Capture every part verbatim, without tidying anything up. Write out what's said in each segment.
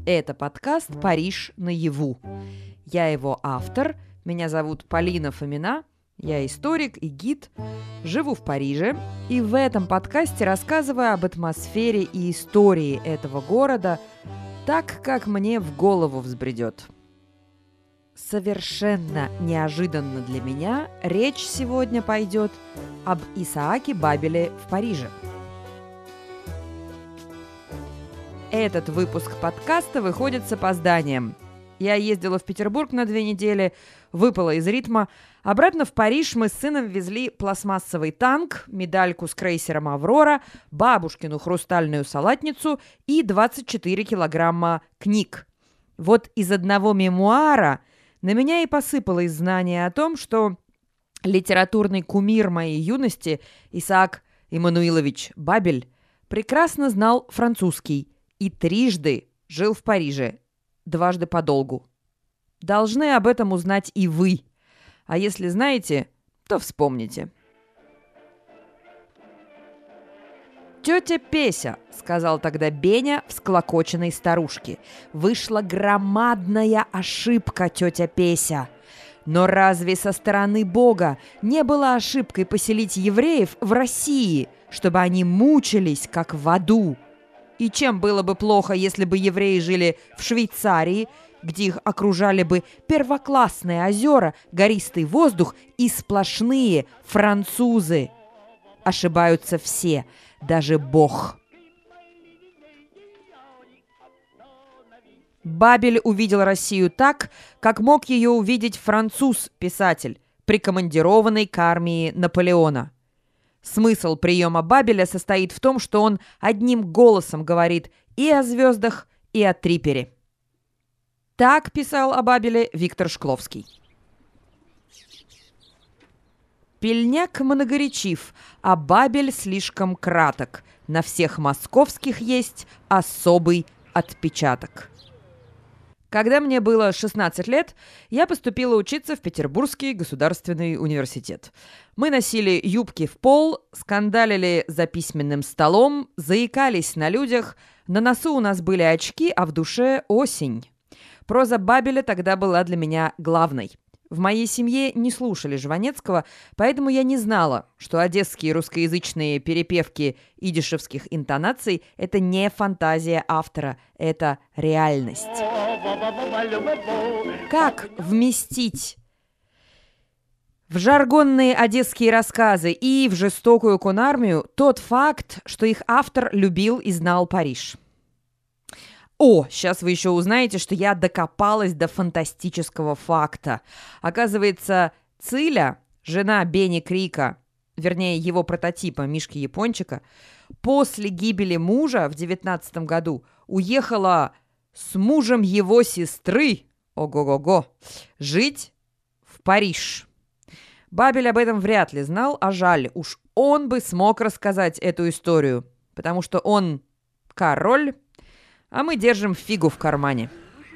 Это подкаст «Париж наяву». Я его автор, меня зовут Полина Фомина, я историк и гид, живу в Париже, и в этом подкасте рассказываю об атмосфере и истории этого города так, как мне в голову взбредет. Совершенно неожиданно для меня речь сегодня пойдет об Исааке Бабеле в Париже. Этот выпуск подкаста выходит с опозданием. Я ездила в Петербург на две недели, выпала из ритма. Обратно в Париж мы с сыном везли пластмассовый танк, медальку с крейсером «Аврора», бабушкину хрустальную салатницу и двадцать четыре килограмма книг. Вот из одного мемуара на меня и посыпалось знание о том, что литературный кумир моей юности Исаак Эммануилович Бабель прекрасно знал французский и трижды жил в Париже, дважды подолгу. Должны об этом узнать и вы. А если знаете, то вспомните. «Тетя Песя», — сказал тогда Беня всклокоченной старушке, — «вышла громадная ошибка, тетя Песя. Но разве со стороны Бога не было ошибкой поселить евреев в России, чтобы они мучились, как в аду? И чем было бы плохо, если бы евреи жили в Швейцарии, где их окружали бы первоклассные озера, гористый воздух и сплошные французы? Ошибаются все, даже Бог». Бабель увидел Россию так, как мог ее увидеть француз-писатель, прикомандированный к армии Наполеона. Смысл приема Бабеля состоит в том, что он одним голосом говорит и о звездах, и о трипере. Так писал о Бабеле Виктор Шкловский. «Пельняк многоречив, а Бабель слишком краток. На всех московских есть особый отпечаток». Когда мне было шестнадцать лет, я поступила учиться в Петербургский государственный университет. Мы носили юбки в пол, скандалили за письменным столом, заикались на людях, на носу у нас были очки, а в душе осень. Проза Бабеля тогда была для меня главной. В моей семье не слушали Жванецкого, поэтому я не знала, что одесские русскоязычные перепевки идишевских интонаций – это не фантазия автора, это реальность. Как вместить в жаргонные одесские рассказы и в жестокую конармию тот факт, что их автор любил и знал Париж? О, сейчас вы еще узнаете, что я докопалась до фантастического факта. Оказывается, Циля, жена Бени Крика, вернее, его прототипа Мишки Япончика, после гибели мужа в девятнадцатом году уехала с мужем его сестры, ого-го-го, жить в Париж. Бабель об этом вряд ли знал, а жаль, уж он бы смог рассказать эту историю, потому что он король, а мы держим фигу в кармане.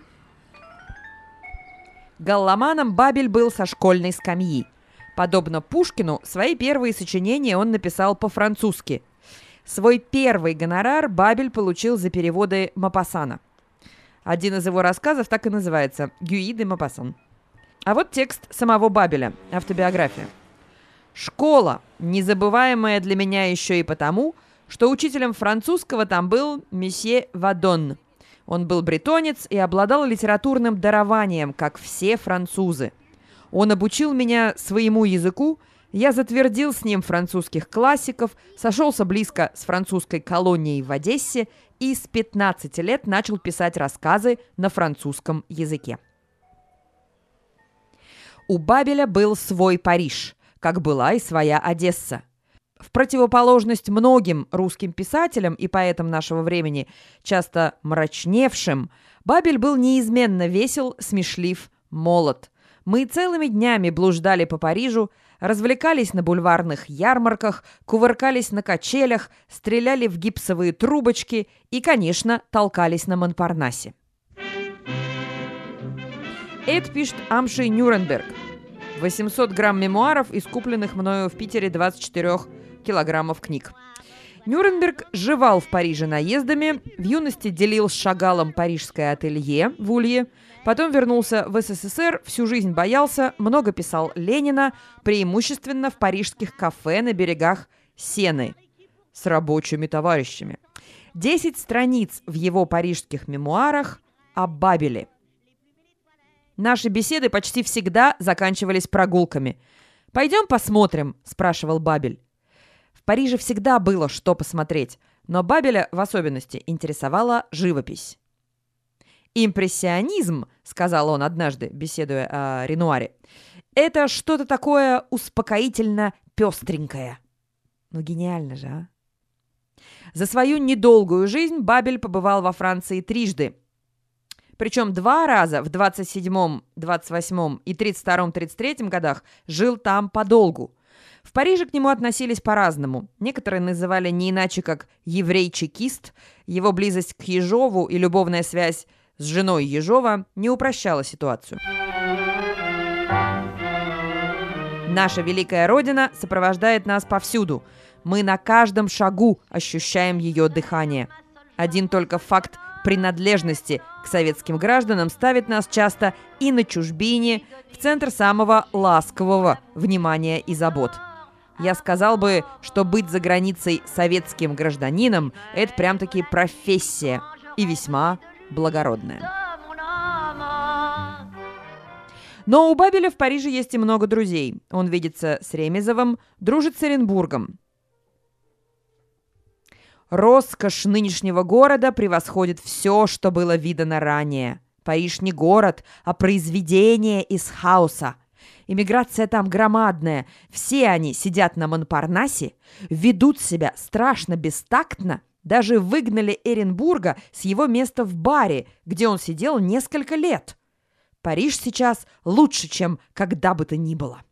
Галломаном Бабель был со школьной скамьи. Подобно Пушкину, свои первые сочинения он написал по-французски. Свой первый гонорар Бабель получил за переводы Мопассана. Один из его рассказов так и называется «Гюи де Мопассан». А вот текст самого Бабеля, автобиография. «Школа, незабываемая для меня еще и потому, что учителем французского там был месье Вадон. Он был бретонец и обладал литературным дарованием, как все французы. Он обучил меня своему языку, я затвердил с ним французских классиков, сошелся близко с французской колонией в Одессе и с пятнадцати лет начал писать рассказы на французском языке». У Бабеля был свой Париж, как была и своя Одесса. В противоположность многим русским писателям и поэтам нашего времени, часто мрачневшим, Бабель был неизменно весел, смешлив, молод. Мы целыми днями блуждали по Парижу, развлекались на бульварных ярмарках, кувыркались на качелях, стреляли в гипсовые трубочки и, конечно, толкались на Монпарнасе. Это пишет Амшей Нюрнберг. восемьсот грамм мемуаров из купленных мною в Питере двадцати четырёх килограммов книг. Нюрнберг жевал в Париже наездами, в юности делил с Шагалом парижское ателье в Улье, потом вернулся в СССР, всю жизнь боялся, много писал Ленина, преимущественно в парижских кафе на берегах Сены с рабочими товарищами. Десять страниц в его парижских мемуарах о Бабеле. Наши беседы почти всегда заканчивались прогулками. «Пойдем посмотрим?» – спрашивал Бабель. В Париже всегда было что посмотреть, но Бабеля в особенности интересовала живопись. «Импрессионизм», — сказал он однажды, беседуя о Ренуаре, — «это что-то такое успокоительно пестренькое». Ну, гениально же, а? За свою недолгую жизнь Бабель побывал во Франции трижды. Причем два раза в двадцать седьмом, двадцать восьмом и тридцать втором тридцать третьем годах жил там подолгу. В Париже к нему относились по-разному. Некоторые называли не иначе, как «еврей-чекист». Его близость к Ежову и любовная связь с женой Ежова не упрощала ситуацию. Наша великая Родина сопровождает нас повсюду. Мы на каждом шагу ощущаем ее дыхание. Один только факт принадлежности к советским гражданам ставит нас часто и на чужбине, в центр самого ласкового внимания и забот. Я сказал бы, что быть за границей советским гражданином – это прям-таки профессия и весьма благородная. Но у Бабеля в Париже есть и много друзей. Он видится с Ремезовым, дружит с Оренбургом. Роскошь нынешнего города превосходит все, что было видано ранее. Париж не город, а произведение из хаоса. Иммиграция там громадная. Все они сидят на Монпарнасе, ведут себя страшно бестактно. Даже выгнали Эренбурга с его места в баре, где он сидел несколько лет. Париж сейчас лучше, чем когда бы то ни было.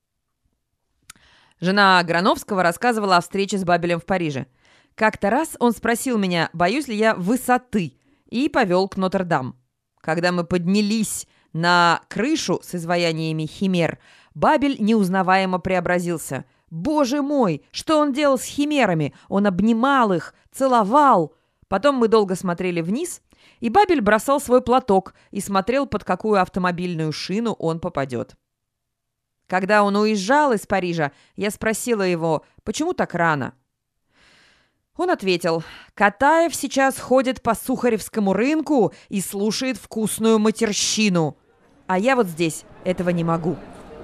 Жена Грановского рассказывала о встрече с Бабелем в Париже. Как-то раз он спросил меня, боюсь ли я высоты, и повел к Нотр-Дам. Когда мы поднялись на крышу с изваяниями химер, Бабель неузнаваемо преобразился. Боже мой, что он делал с химерами? Он обнимал их, целовал. Потом мы долго смотрели вниз, и Бабель бросал свой платок и смотрел, под какую автомобильную шину он попадет. Когда он уезжал из Парижа, я спросила его, почему так рано? Он ответил, Катаев сейчас ходит по Сухаревскому рынку и слушает вкусную матерщину. А я вот здесь этого не могу.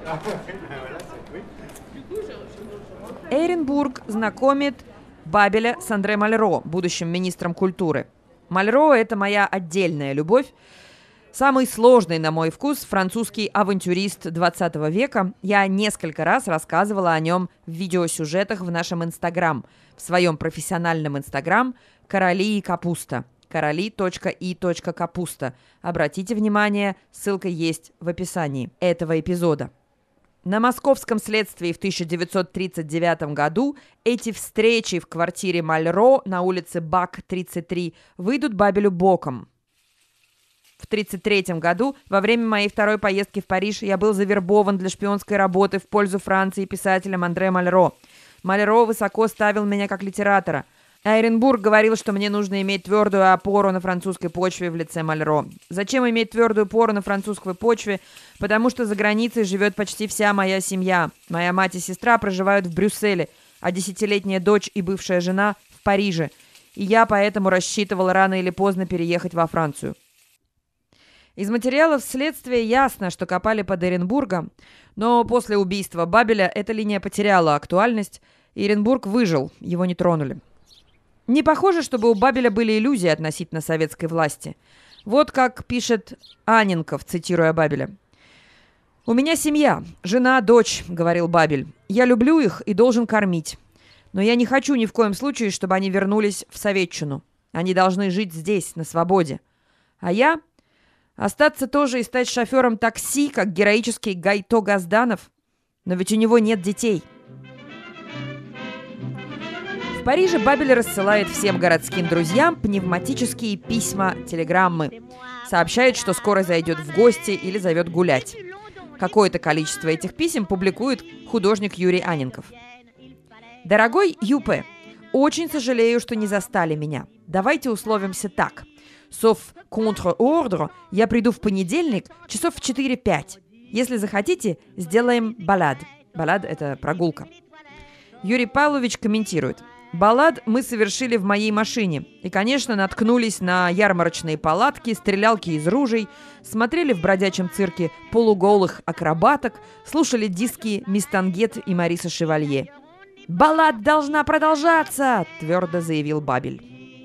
Эренбург знакомит Бабеля с Андре Мальро, будущим министром культуры. Мальро – это моя отдельная любовь. Самый сложный, на мой вкус, французский авантюрист двадцатого века. Я несколько раз рассказывала о нем в видеосюжетах в нашем Инстаграм, в своем профессиональном Инстаграм «Короли и капуста». короли точка и точка капуста. Обратите внимание, ссылка есть в описании этого эпизода. На московском следствии в тысяча девятьсот тридцать девятом году эти встречи в квартире Мальро на улице Бак, тридцать три, выйдут Бабелю боком. В тридцать третьем году, во время моей второй поездки в Париж, я был завербован для шпионской работы в пользу Франции писателем Андре Мальро. Мальро высоко ставил меня как литератора. А Эренбург говорил, что мне нужно иметь твердую опору на французской почве в лице Мальро. Зачем иметь твердую опору на французской почве? Потому что за границей живет почти вся моя семья. Моя мать и сестра проживают в Брюсселе, а десятилетняя дочь и бывшая жена в Париже. И я поэтому рассчитывал рано или поздно переехать во Францию. Из материалов следствия ясно, что копали под Эренбургом, но после убийства Бабеля эта линия потеряла актуальность, и Эренбург выжил, его не тронули. Не похоже, чтобы у Бабеля были иллюзии относительно советской власти. Вот как пишет Анненков, цитируя Бабеля. «У меня семья, жена, дочь, — говорил Бабель. Я люблю их и должен кормить. Но я не хочу ни в коем случае, чтобы они вернулись в Советчину. Они должны жить здесь, на свободе. А я... остаться тоже и стать шофером такси, как героический Гайто Газданов? Но ведь у него нет детей». В Париже Бабель рассылает всем городским друзьям пневматические письма, телеграммы. Сообщает, что скоро зайдет в гости или зовет гулять. Какое-то количество этих писем публикует художник Юрий Анненков. «Дорогой Ю П, очень сожалею, что не застали меня. Давайте условимся так. Sauf contre-ordre, я приду в понедельник часов в четыре-пять. Если захотите, сделаем баллад. Баллад — это прогулка. Юрий Павлович комментирует. Баллад мы совершили в моей машине. И, конечно, наткнулись на ярмарочные палатки, стрелялки из ружей, смотрели в бродячем цирке полуголых акробаток, слушали диски Мисс Тангет и Мариса Шевалье. «Баллад должна продолжаться!» – твердо заявил Бабель.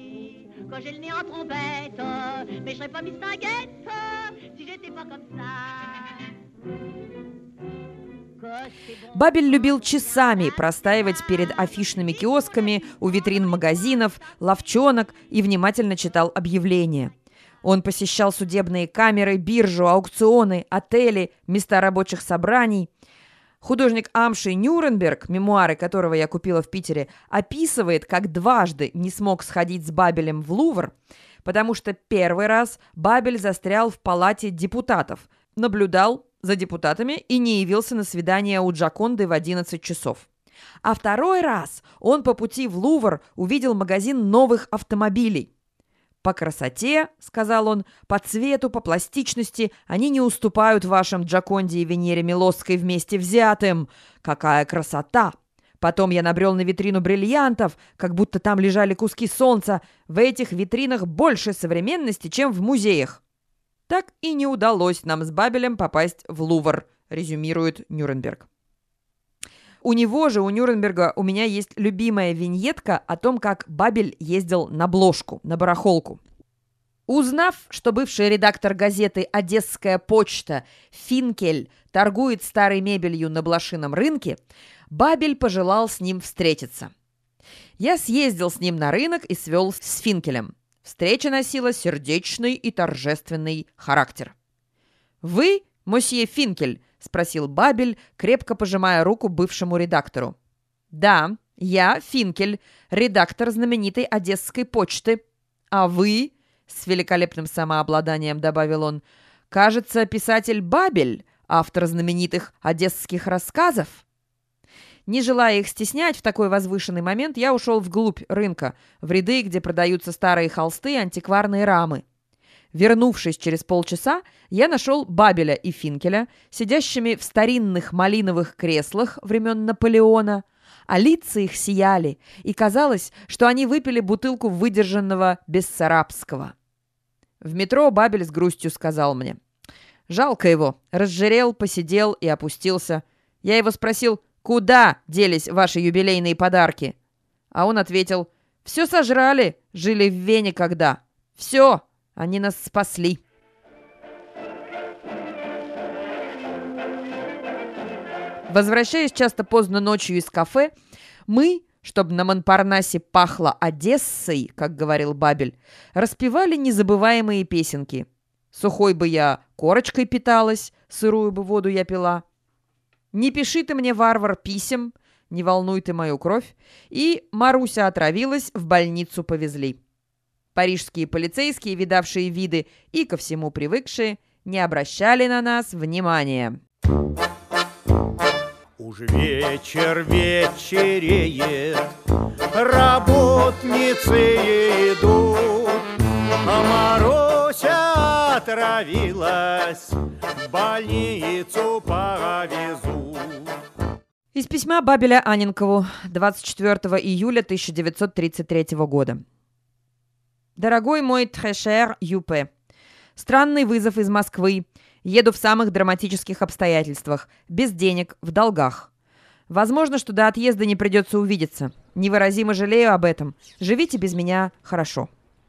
Бабель любил часами простаивать перед афишными киосками, у витрин магазинов, лавчонок и внимательно читал объявления. Он посещал судебные камеры, биржу, аукционы, отели, места рабочих собраний. Художник Амши Нюрнберг, мемуары которого я купила в Питере, описывает, как дважды не смог сходить с Бабелем в Лувр, потому что первый раз Бабель застрял в палате депутатов, наблюдал за депутатами и не явился на свидание у Джоконды в одиннадцать часов. А второй раз он по пути в Лувр увидел магазин новых автомобилей. «По красоте, — сказал он, — по цвету, по пластичности они не уступают вашим Джоконде и Венере Милосской вместе взятым. Какая красота! Потом я набрел на витрину бриллиантов, как будто там лежали куски солнца. В этих витринах больше современности, чем в музеях». Так и не удалось нам с Бабелем попасть в Лувр, резюмирует Нюрнберг. У него же, у Нюрнберга, у меня есть любимая виньетка о том, как Бабель ездил на бложку, на барахолку. Узнав, что бывший редактор газеты «Одесская почта» Финкель торгует старой мебелью на блошином рынке, Бабель пожелал с ним встретиться. Я съездил с ним на рынок и свел с Финкелем. Встреча носила сердечный и торжественный характер. «Вы, мосье Финкель?» — спросил Бабель, крепко пожимая руку бывшему редактору. «Да, я Финкель, редактор знаменитой Одесской почты. А вы?» — с великолепным самообладанием добавил он. «Кажется, писатель Бабель, автор знаменитых одесских рассказов». Не желая их стеснять в такой возвышенный момент, я ушел вглубь рынка, в ряды, где продаются старые холсты и антикварные рамы. Вернувшись через полчаса, я нашел Бабеля и Финкеля, сидящими в старинных малиновых креслах времен Наполеона, а лица их сияли, и казалось, что они выпили бутылку выдержанного бессарабского. В метро Бабель с грустью сказал мне: «Жалко его, разжирел, посидел и опустился». Я его спросил: «Куда делись ваши юбилейные подарки?» А он ответил: «Все сожрали, жили в Вене когда. Все, они нас спасли». Возвращаясь часто поздно ночью из кафе, мы, чтобы на Монпарнасе пахло Одессой, как говорил Бабель, распевали незабываемые песенки. «Сухой бы я корочкой питалась, сырую бы воду я пила», «Не пиши ты мне, варвар, писем», «Не волнуй ты мою кровь» и «Маруся отравилась, в больницу повезли». Парижские полицейские, видавшие виды и ко всему привыкшие, не обращали на нас внимания. Уж вечер вечереет, работницы идут, а Маруся отравилась, в больницу повезут. Из письма Бабеля Анненкову двадцать четвёртого июля тысяча девятьсот тридцать третьего года. «Дорогой мой très cher Юпе, странный вызов из Москвы. Еду в самых драматических обстоятельствах, без денег, в долгах. Возможно, что до отъезда не придется увидеться. Невыразимо жалею об этом. Живите без меня хорошо».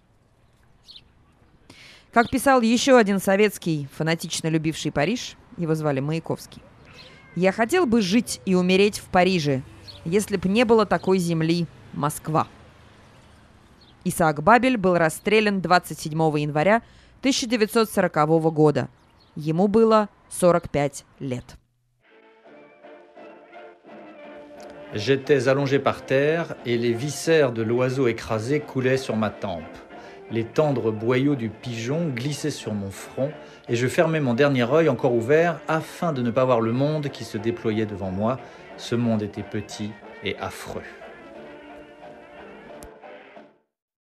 Как писал еще один советский, фанатично любивший Париж, его звали Маяковский: «Я хотел бы жить и умереть в Париже, если б не было такой земли Москва». Исаак Бабель был расстрелян двадцать седьмого января тысяча девятьсот сорокового года. Ему было сорок пять лет. J'étais allongé par terre et les viscères de l'oiseau écrasé coulaient sur ma tempe. Les tendres boyaux du pigeon glissaient sur mon front et je fermais mon dernier œil encore ouvert afin de ne pas voir le monde qui se déployait devant moi. Ce monde était petit et affreux.